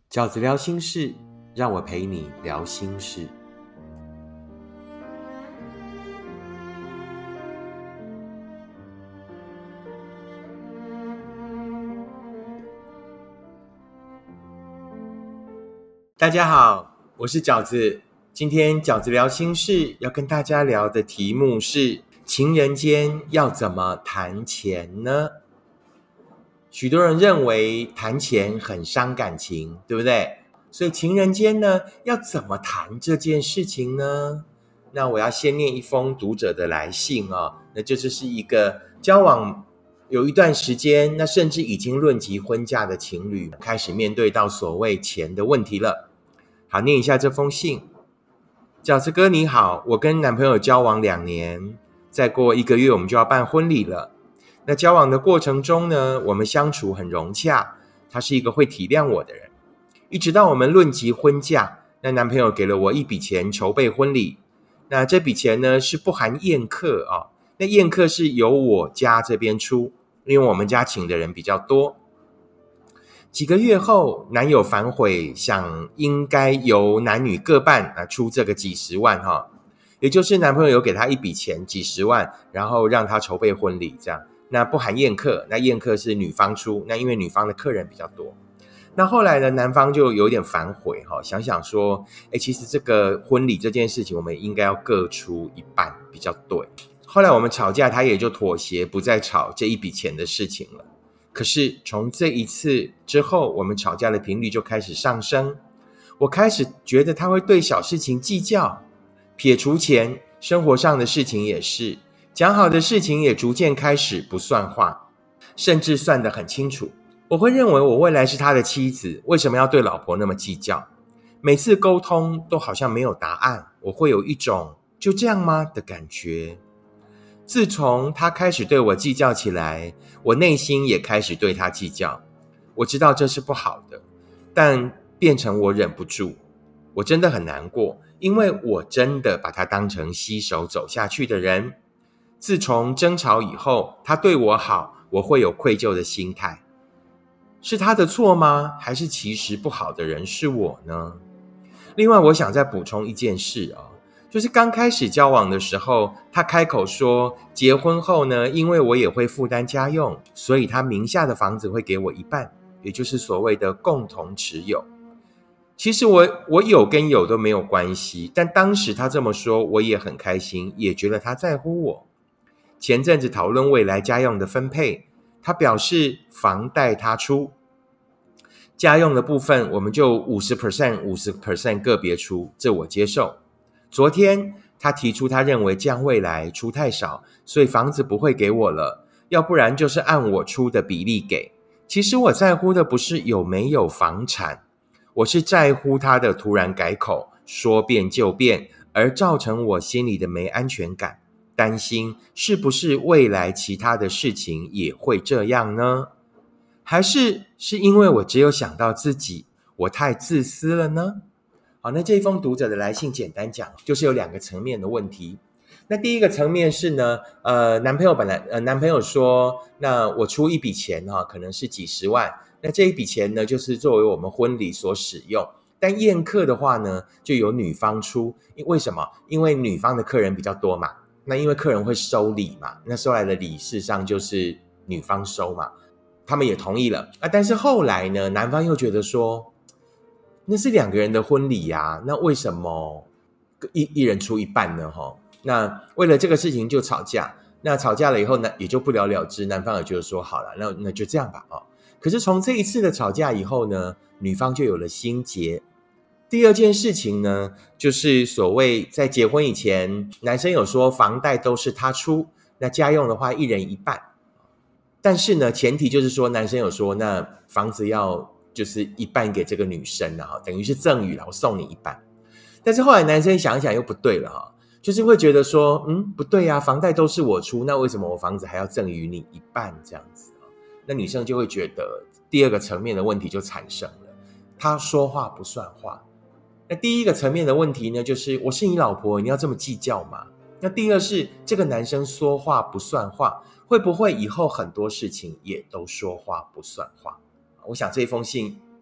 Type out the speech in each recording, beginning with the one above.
饺子聊心事，让我陪你聊心事。大家好，我是饺子。今天饺子聊心事要跟大家聊的题目是：情人间要怎么谈钱呢？许多人认为谈钱很伤感情，对不对？所以情人间呢，要怎么谈这件事情呢？那我要先念一封读者的来信哦，那这就是一个交往有一段时间，那甚至已经论及婚嫁的情侣，开始面对到所谓钱的问题了。好，念一下这封信。饺子哥你好，我跟男朋友交往2年，再过1个月我们就要办婚礼了。那交往的过程中呢，我们相处很融洽，他是一个会体谅我的人。一直到我们论及婚嫁，那男朋友给了我一笔钱筹备婚礼。那这笔钱呢是不含宴客啊，那宴客是由我家这边出，因为我们家请的人比较多。几个月后，男友反悔，想应该由男女各半出这个几十万哈，也就是男朋友有给他一笔钱几十万，然后让他筹备婚礼这样。那不含宴客，那宴客是女方出，那因为女方的客人比较多。那后来呢，男方就有点反悔想想说其实这个婚礼这件事情我们应该要各出一半比较对。后来我们吵架，他也就妥协，不再吵这一笔钱的事情了。可是从这一次之后，我们吵架的频率就开始上升。我开始觉得他会对小事情计较，撇除钱，生活上的事情也是，讲好的事情也逐渐开始不算话，甚至算得很清楚。我会认为我未来是他的妻子，为什么要对老婆那么计较？每次沟通都好像没有答案，我会有一种就这样吗的感觉。自从他开始对我计较起来，我内心也开始对他计较。我知道这是不好的，但变成我忍不住。我真的很难过，因为我真的把他当成携手走下去的人。自从争吵以后，他对我好，我会有愧疚的心态。是他的错吗？还是其实不好的人是我呢？另外我想再补充一件事就是刚开始交往的时候，他开口说结婚后呢，因为我也会负担家用，所以他名下的房子会给我一半，也就是所谓的共同持有。其实我有跟有都没有关系，但当时他这么说，我也很开心，也觉得他在乎我。前阵子讨论未来家用的分配，他表示房贷他出，家用的部分我们就 50% 个别出，这我接受。昨天他提出他认为这样未来出太少，所以房子不会给我了，要不然就是按我出的比例给。其实我在乎的不是有没有房产，我是在乎他的突然改口，说变就变，而造成我心里的没安全感，担心是不是未来其他的事情也会这样呢？还是因为我只有想到自己，我太自私了呢？好，那这一封读者的来信简单讲，就是有2个层面的问题。那第一个层面是呢，男朋友说，那我出一笔钱可能是几十万，那这一笔钱呢，就是作为我们婚礼所使用。但宴客的话呢，就由女方出，为什么？因为女方的客人比较多嘛，那因为客人会收礼嘛，那收来的礼事实上就是女方收嘛，他们也同意了但是后来呢，男方又觉得说，那是2个人的婚礼啊，那为什么一人出一半呢？那为了这个事情就吵架，那吵架了以后呢，也就不了了之，男方也就说好了，那就这样吧可是从这一次的吵架以后呢，女方就有了心结。第二件事情呢，就是所谓在结婚以前，男生有说房贷都是他出，那家用的话1人1半，但是呢，前提就是说男生有说那房子要就是一半给这个女生等于是赠与了，我送你一半。但是后来男生想一想又不对了就是会觉得说不对啊，房贷都是我出，那为什么我房子还要赠与你一半这样子那女生就会觉得第2个层面的问题就产生了，他说话不算话。那第1个层面的问题呢，就是我是你老婆，你要这么计较吗？那第2是这个男生说话不算话，会不会以后很多事情也都说话不算话？我想这封信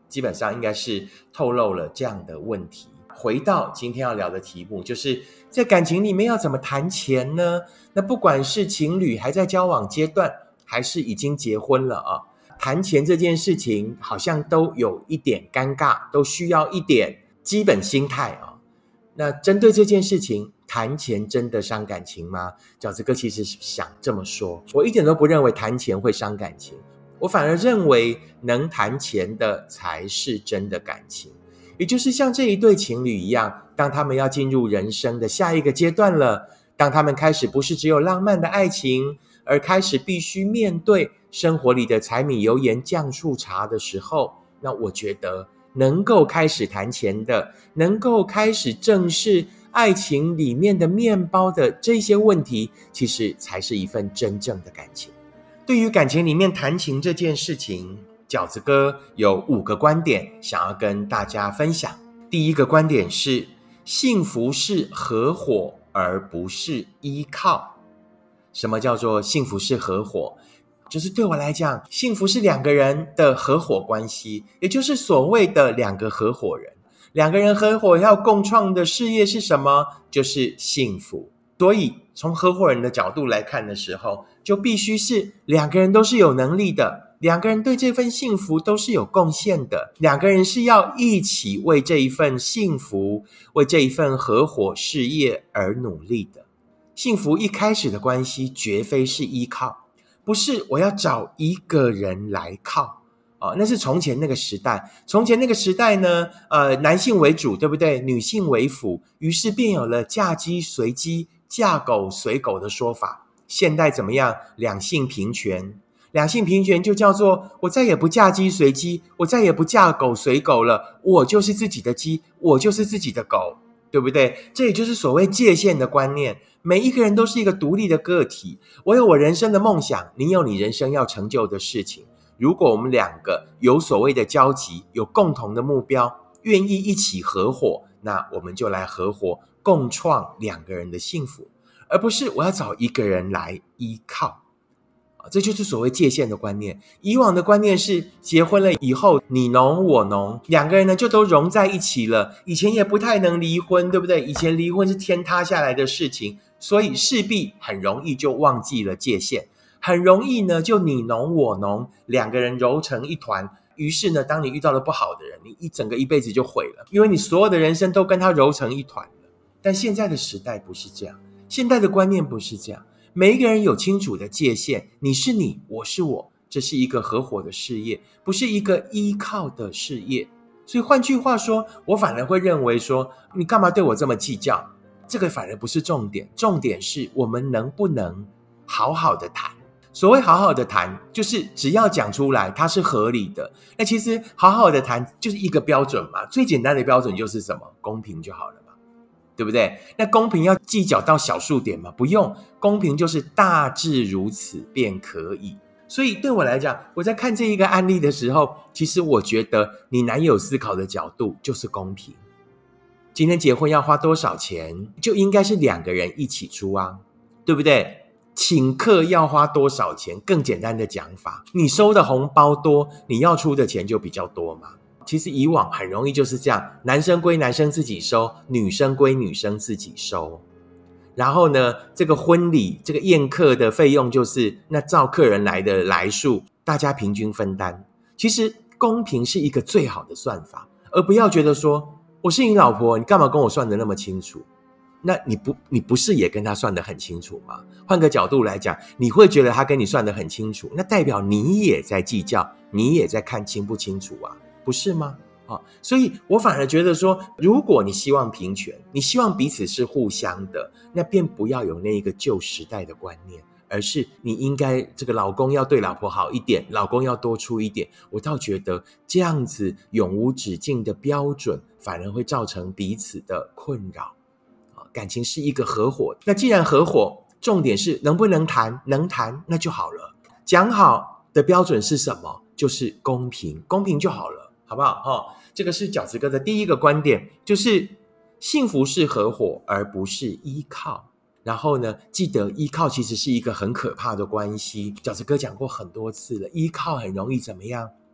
基本上应该是透露了这样的问题。回到今天要聊的题目，就是在感情里面要怎么谈钱呢？那不管是情侣还在交往阶段，还是已经结婚了啊，谈钱这件事情好像都有一点尴尬，都需要一点基本心态啊。那针对这件事情，谈钱真的伤感情吗？饺子哥其实想这么说，我一点都不认为谈钱会伤感情，我反而认为能谈钱的才是真的感情。也就是像这一对情侣一样，当他们要进入人生的下一个阶段了，当他们开始不是只有浪漫的爱情，而开始必须面对生活里的柴米油盐酱醋茶的时候，那我觉得能够开始谈钱的，能够开始正视爱情里面的面包的这些问题，其实才是一份真正的感情。对于感情里面谈情这件事情，饺子哥有5个观点想要跟大家分享。第一个观点是，幸福是合伙而不是依靠。什么叫做幸福是合伙？就是对我来讲，幸福是2个人的合伙关系，也就是所谓的2个合伙人。2个人合伙要共创的事业是什么？就是幸福。所以从合伙人的角度来看的时候，就必须是2个人都是有能力的，2个人对这份幸福都是有贡献的，2个人是要一起为这一份幸福，为这一份合伙事业而努力的。幸福一开始的关系绝非是依靠，不是我要找一个人来靠那是从前那个时代。从前那个时代呢，男性为主，对不对？女性为辅，于是便有了嫁鸡随鸡，嫁狗随狗的说法。现代怎么样？两性平权。两性平权就叫做我再也不嫁鸡随鸡，我再也不嫁狗随狗了，我就是自己的鸡，我就是自己的狗，对不对？这也就是所谓界限的观念。每一个人都是一个独立的个体，我有我人生的梦想，你有你人生要成就的事情。如果我们2个有所谓的交集，有共同的目标，愿意一起合伙，那我们就来合伙共创2个人的幸福，而不是我要找一个人来依靠。这就是所谓界限的观念。以往的观念是结婚了以后你侬我侬，2个人呢就都融在一起了。以前也不太能离婚，对不对？以前离婚是天塌下来的事情，所以势必很容易就忘记了界限，很容易呢就你侬我侬，2个人揉成一团。于是呢，当你遇到了不好的人，你一辈子就毁了，因为你所有的人生都跟他揉成一团了。但现在的时代不是这样，现在的观念不是这样，每一个人有清楚的界限，你是你，我是我，这是一个合伙的事业，不是一个依靠的事业。所以换句话说，我反而会认为说，你干嘛对我这么计较？这个反而不是重点，重点是我们能不能好好的谈。所谓好好的谈，就是只要讲出来它是合理的。那其实好好的谈就是一个标准嘛，最简单的标准就是什么？公平就好了嘛，对不对？那公平要计较到小数点吗？不用，公平就是大致如此便可以。所以对我来讲，我在看这一个案例的时候，其实我觉得你男友思考的角度就是公平。今天结婚要花多少钱，就应该是2个人一起出啊，对不对？请客要花多少钱，更简单的讲法，你收的红包多，你要出的钱就比较多嘛。其实以往很容易就是这样，男生归男生自己收，女生归女生自己收。然后呢，这个婚礼这个宴客的费用就是那照客人来的来数，大家平均分担。其实公平是一个最好的算法，而不要觉得说我是你老婆，你干嘛跟我算得那么清楚？那你不是也跟他算得很清楚吗？换个角度来讲，你会觉得他跟你算得很清楚，那代表你也在计较，你也在看清不清楚啊，不是吗？所以我反而觉得说，如果你希望平权，你希望彼此是互相的，那便不要有那一个旧时代的观念，而是你应该这个老公要对老婆好一点，老公要多出一点。我倒觉得这样子永无止境的标准，反而会造成彼此的困扰。感情是一个合伙，那既然合伙，重点是能不能谈，能谈那就好了。讲好的标准是什么？就是公平，公平就好了，好不好？这个是饺子哥的第一个观点，就是幸福是合伙而不是依靠。然后呢，记得依靠其实是一个很可怕的关系，饺子哥讲过很多次了，依靠很容易怎么样？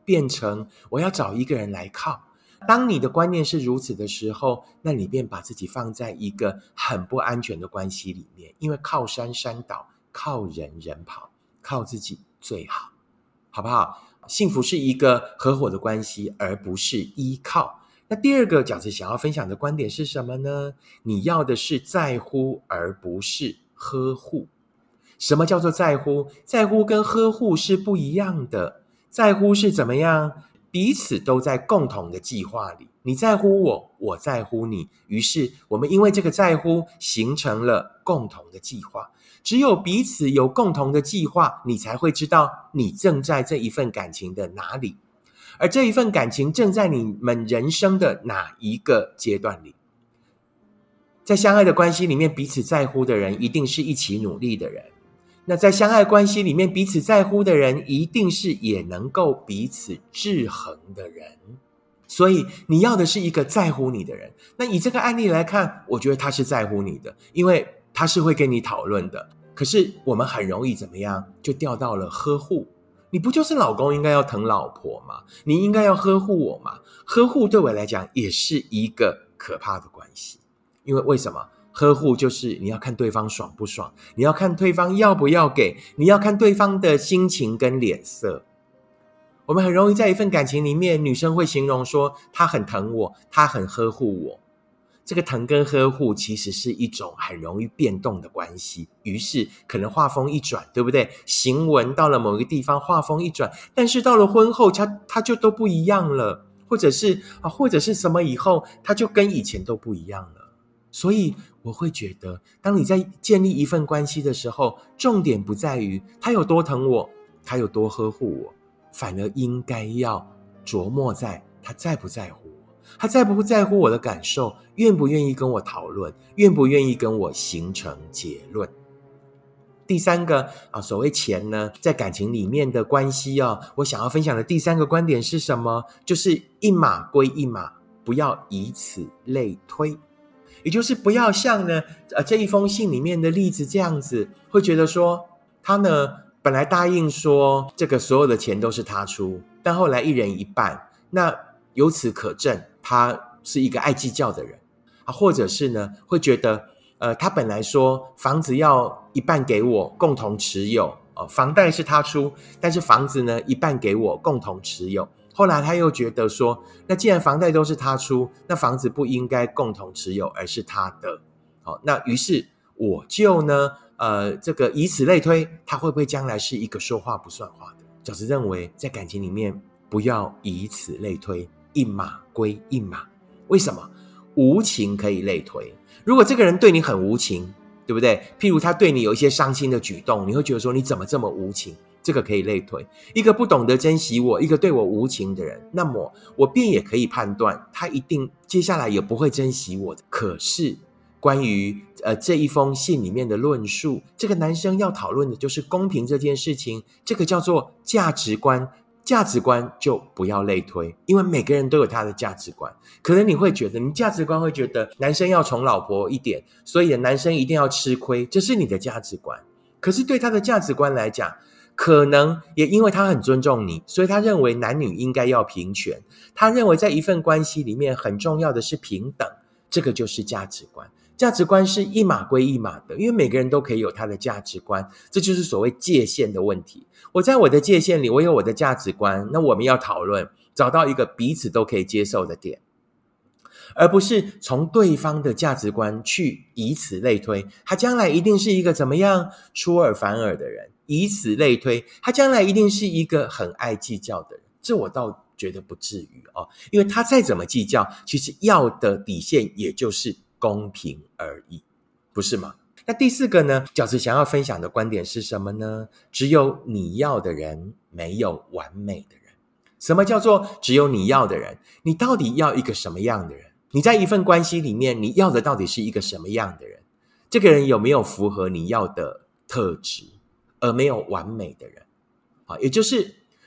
变成我要找一个人来靠。当你的观念是如此的时候，那你便把自己放在一个很不安全的关系里面，因为靠山山倒，靠人人跑，靠自己最好，好不好？幸福是一个合伙的关系，而不是依靠。那第二个饺子想要分享的观点是什么呢？你要的是在乎，而不是呵护。什么叫做在乎？在乎跟呵护是不一样的。在乎是怎么样？彼此都在共同的计划里，你在乎我，我在乎你，于是我们因为这个在乎形成了共同的计划。只有彼此有共同的计划，你才会知道你正在这一份感情的哪里，而这一份感情正在你们人生的哪一个阶段里。在相爱的关系里面，彼此在乎的人一定是一起努力的人，那在相爱关系里面，彼此在乎的人一定是也能够彼此制衡的人。所以你要的是一个在乎你的人。那以这个案例来看，我觉得他是在乎你的，因为他是会跟你讨论的。可是我们很容易怎么样，就掉到了呵护。你不就是老公应该要疼老婆吗？你应该要呵护我吗？呵护对我来讲也是一个可怕的关系。因为什么？呵护就是你要看对方爽不爽，你要看对方要不要给，你要看对方的心情跟脸色。我们很容易在一份感情里面，女生会形容说她很疼我，她很呵护我。这个疼跟呵护其实是一种很容易变动的关系，于是可能话锋一转，对不对？行文到了某一个地方话锋一转，但是到了婚后它就都不一样了，或者是什么以后它就跟以前都不一样了。所以我会觉得，当你在建立一份关系的时候，重点不在于他有多疼我，他有多呵护我，反而应该要琢磨在他在不在乎我，他在不在乎我的感受，愿不愿意跟我讨论，愿不愿意跟我形成结论。第三个所谓钱呢，在感情里面的关系我想要分享的第三个观点是什么？就是一码归一码，不要以此类推。也就是不要像呢这一封信里面的例子这样子，会觉得说他呢本来答应说这个所有的钱都是他出，但后来一人一半，那由此可证他是一个爱计较的人或者是呢会觉得他本来说房子要一半给我共同持有房贷是他出，但是房子呢一半给我共同持有。后来他又觉得说，那既然房贷都是他出，那房子不应该共同持有，而是他的。那于是我就呢这个以此类推，他会不会将来是一个说话不算话的？饺子认为在感情里面不要以此类推，一码归一码。为什么？无情可以类推。如果这个人对你很无情，对不对？譬如他对你有一些伤心的举动，你会觉得说你怎么这么无情，这个可以类推。一个不懂得珍惜我，一个对我无情的人，那么我便也可以判断他一定接下来也不会珍惜我的。可是关于这一封信里面的论述，这个男生要讨论的就是公平这件事情，这个叫做价值观。价值观就不要类推，因为每个人都有他的价值观。可能你会觉得，你价值观会觉得男生要宠老婆一点，所以男生一定要吃亏，这是你的价值观。可是对他的价值观来讲，可能也因为他很尊重你，所以他认为男女应该要平权，他认为在一份关系里面很重要的是平等，这个就是价值观。价值观是一码归一码的，因为每个人都可以有他的价值观，这就是所谓界限的问题。我在我的界限里，我有我的价值观，那我们要讨论，找到一个彼此都可以接受的点，而不是从对方的价值观去以此类推，他将来一定是一个怎么样出尔反尔的人，以此类推，他将来一定是一个很爱计较的人。这我倒觉得不至于因为他再怎么计较，其实要的底线也就是公平而已，不是吗？那第四个呢，饺子想要分享的观点是什么呢？只有你要的人，没有完美的人。什么叫做只有你要的人？你到底要一个什么样的人？你在一份关系里面，你要的到底是一个什么样的人？这个人有没有符合你要的特质，而没有完美的人？也就是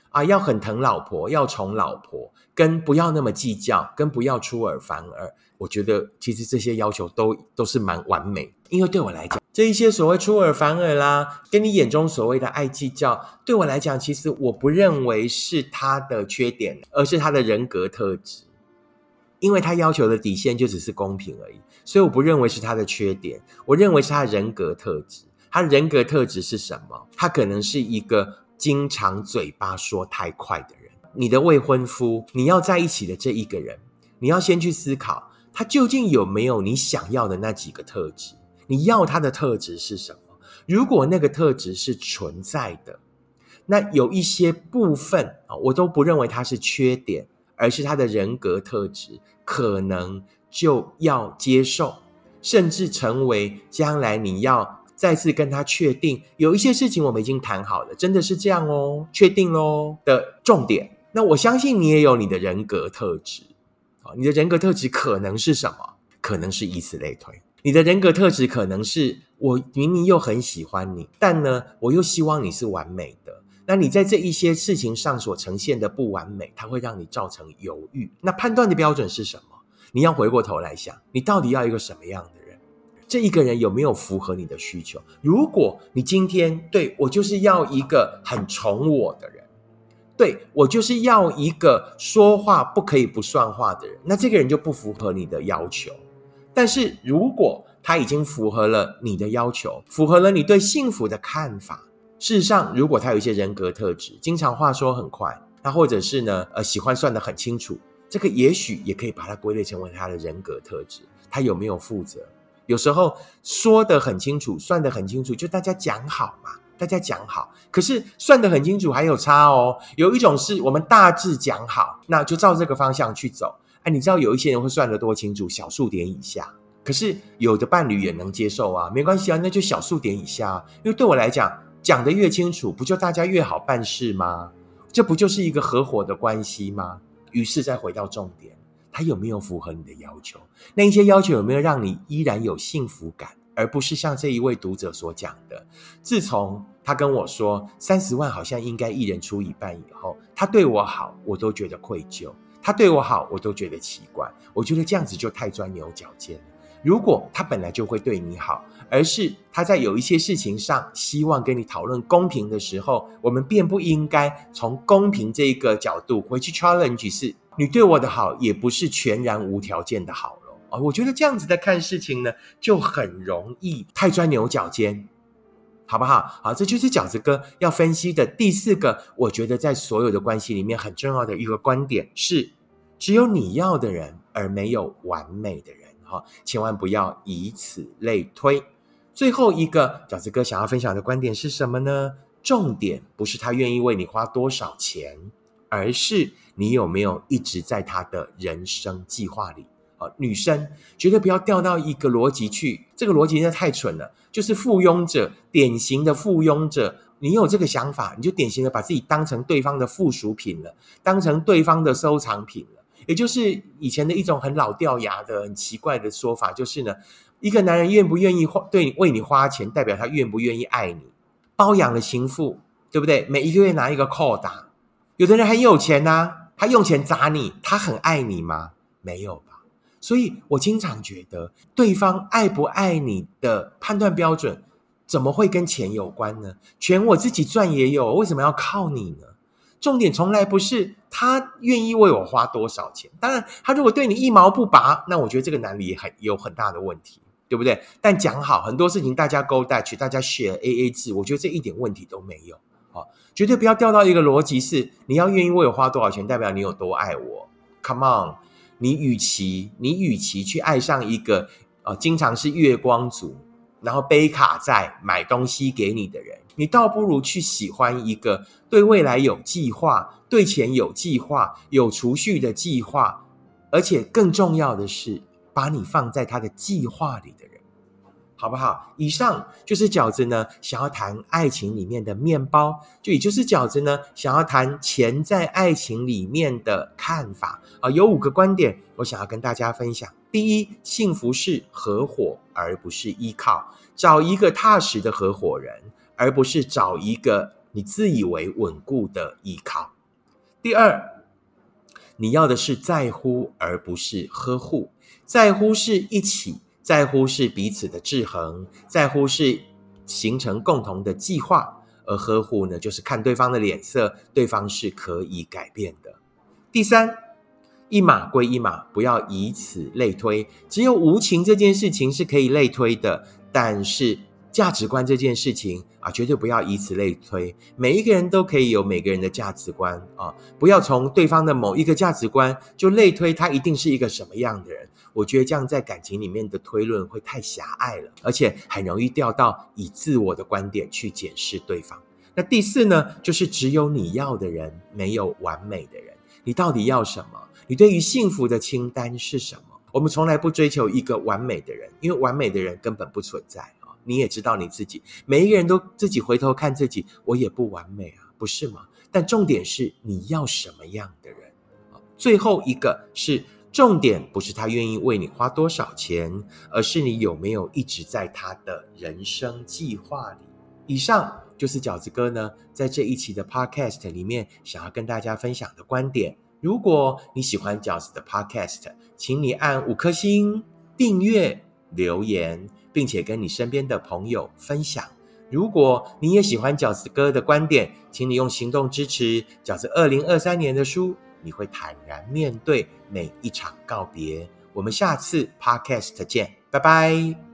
要很疼老婆，要宠老婆，跟不要那么计较，跟不要出尔反尔，我觉得其实这些要求都是蛮完美。因为对我来讲，这一些所谓出尔反尔啦，跟你眼中所谓的爱计较，对我来讲，其实我不认为是他的缺点，而是他的人格特质。因为他要求的底线就只是公平而已，所以我不认为是他的缺点，我认为是他的人格特质。他人格特质是什么？他可能是一个经常嘴巴说太快的人。你的未婚夫，你要在一起的这一个人，你要先去思考他究竟有没有你想要的那几个特质，你要他的特质是什么？如果那个特质是存在的，那有一些部分我都不认为它是缺点，而是他的人格特质，可能就要接受，甚至成为将来你要再次跟他确定有一些事情我们已经谈好了，真的是这样哦，确定咯的重点。那我相信你也有你的人格特质，你的人格特质可能是什么？可能是以此类推。你的人格特质可能是我明明又很喜欢你，但呢我又希望你是完美的，那你在这一些事情上所呈现的不完美，它会让你造成犹豫。那判断的标准是什么？你要回过头来想，你到底要一个什么样的人？这一个人有没有符合你的需求？如果你今天对我就是要一个很宠我的人，对我就是要一个说话不可以不算话的人，那这个人就不符合你的要求。但是如果他已经符合了你的要求，符合了你对幸福的看法，事实上如果他有一些人格特质，经常话说很快，那或者是呢喜欢算得很清楚，这个也许也可以把它归类成为他的人格特质。他有没有负责？有时候说得很清楚，算得很清楚，就大家讲好嘛，大家讲好。可是算得很清楚还有差哦，有一种是我们大致讲好，那就照这个方向去走。你知道有一些人会算得多清楚，小数点以下，可是有的伴侣也能接受啊，没关系啊，那就小数点以下啊。因为对我来讲，讲得越清楚，不就大家越好办事吗？这不就是一个合伙的关系吗？于是再回到重点，他有没有符合你的要求？那一些要求有没有让你依然有幸福感？而不是像这一位读者所讲的，自从他跟我说30万好像应该一人出一半以后，他对我好我都觉得愧疚，他对我好我都觉得奇怪，我觉得这样子就太钻牛角尖了。如果他本来就会对你好，而是他在有一些事情上希望跟你讨论公平的时候，我们便不应该从公平这个角度回去 challenge 是你对我的好也不是全然无条件的好了。我觉得这样子的看事情呢，就很容易太钻牛角尖，好不好？好，这就是饺子哥要分析的第4个，我觉得在所有的关系里面很重要的一个观点是，只有你要的人，而没有完美的人。千万不要以此类推。最后一个饺子哥想要分享的观点是什么呢？重点不是他愿意为你花多少钱，而是你有没有一直在他的人生计划里。女生绝对不要掉到一个逻辑去，这个逻辑真的太蠢了，就是附庸者，典型的附庸者。你有这个想法，你就典型的把自己当成对方的附属品了，当成对方的收藏品了。也就是以前的一种很老掉牙的很奇怪的说法，就是呢，一个男人愿不愿意为你花钱，代表他愿不愿意爱你。包养了情妇，对不对？每一个月拿一个扣打，有的人很有钱啊，他用钱砸你，他很爱你吗？没有吧。所以我经常觉得，对方爱不爱你的判断标准怎么会跟钱有关呢？钱我自己赚也有，为什么要靠你呢？重点从来不是他愿意为我花多少钱，当然他如果对你一毛不拔，那我觉得这个男的也有很大的问题，对不对？但讲好很多事情大家 go Dutch， 大家 share AA 制，我觉得这一点问题都没有。绝对不要掉到一个逻辑是你要愿意为我花多少钱代表你有多爱我。 Come on， 你与其去爱上一个经常是月光族，然后背卡债买东西给你的人，你倒不如去喜欢一个对未来有计划，对钱有计划，有储蓄的计划，而且更重要的是把你放在他的计划里的人，好不好？以上就是饺子呢想要谈爱情里面的面包，就也就是饺子呢想要谈钱在爱情里面的看法。有5个观点我想要跟大家分享。第一，幸福是合伙而不是依靠，找一个踏实的合伙人，而不是找一个你自以为稳固的依靠。 第二，你要的是在乎而不是呵护。在乎是一起，在乎是彼此的制衡，在乎是形成共同的计划，而呵护呢，就是看对方的脸色，对方是可以改变的。第三，一码归一码，不要以此类推。只有无情这件事情是可以类推的，但是价值观这件事情绝对不要以此类推。每一个人都可以有每个人的价值观不要从对方的某一个价值观就类推他一定是一个什么样的人。我觉得这样在感情里面的推论会太狭隘了，而且很容易掉到以自我的观点去检视对方。那第四呢，就是只有你要的人，没有完美的人。你到底要什么？你对于幸福的清单是什么？我们从来不追求一个完美的人，因为完美的人根本不存在你也知道你自己，每一个人都自己回头看自己，我也不完美不是吗？但重点是你要什么样的人。最后一个是重点，不是他愿意为你花多少钱，而是你有没有一直在他的人生计划里。以上就是饺子哥呢在这一期的 podcast 里面想要跟大家分享的观点。如果你喜欢饺子的 podcast， 请你按5颗星、订阅、留言，并且跟你身边的朋友分享。如果你也喜欢饺子哥的观点，请你用行动支持饺子2023年的书，你会坦然面对每一场告别。我们下次 podcast 见，拜拜。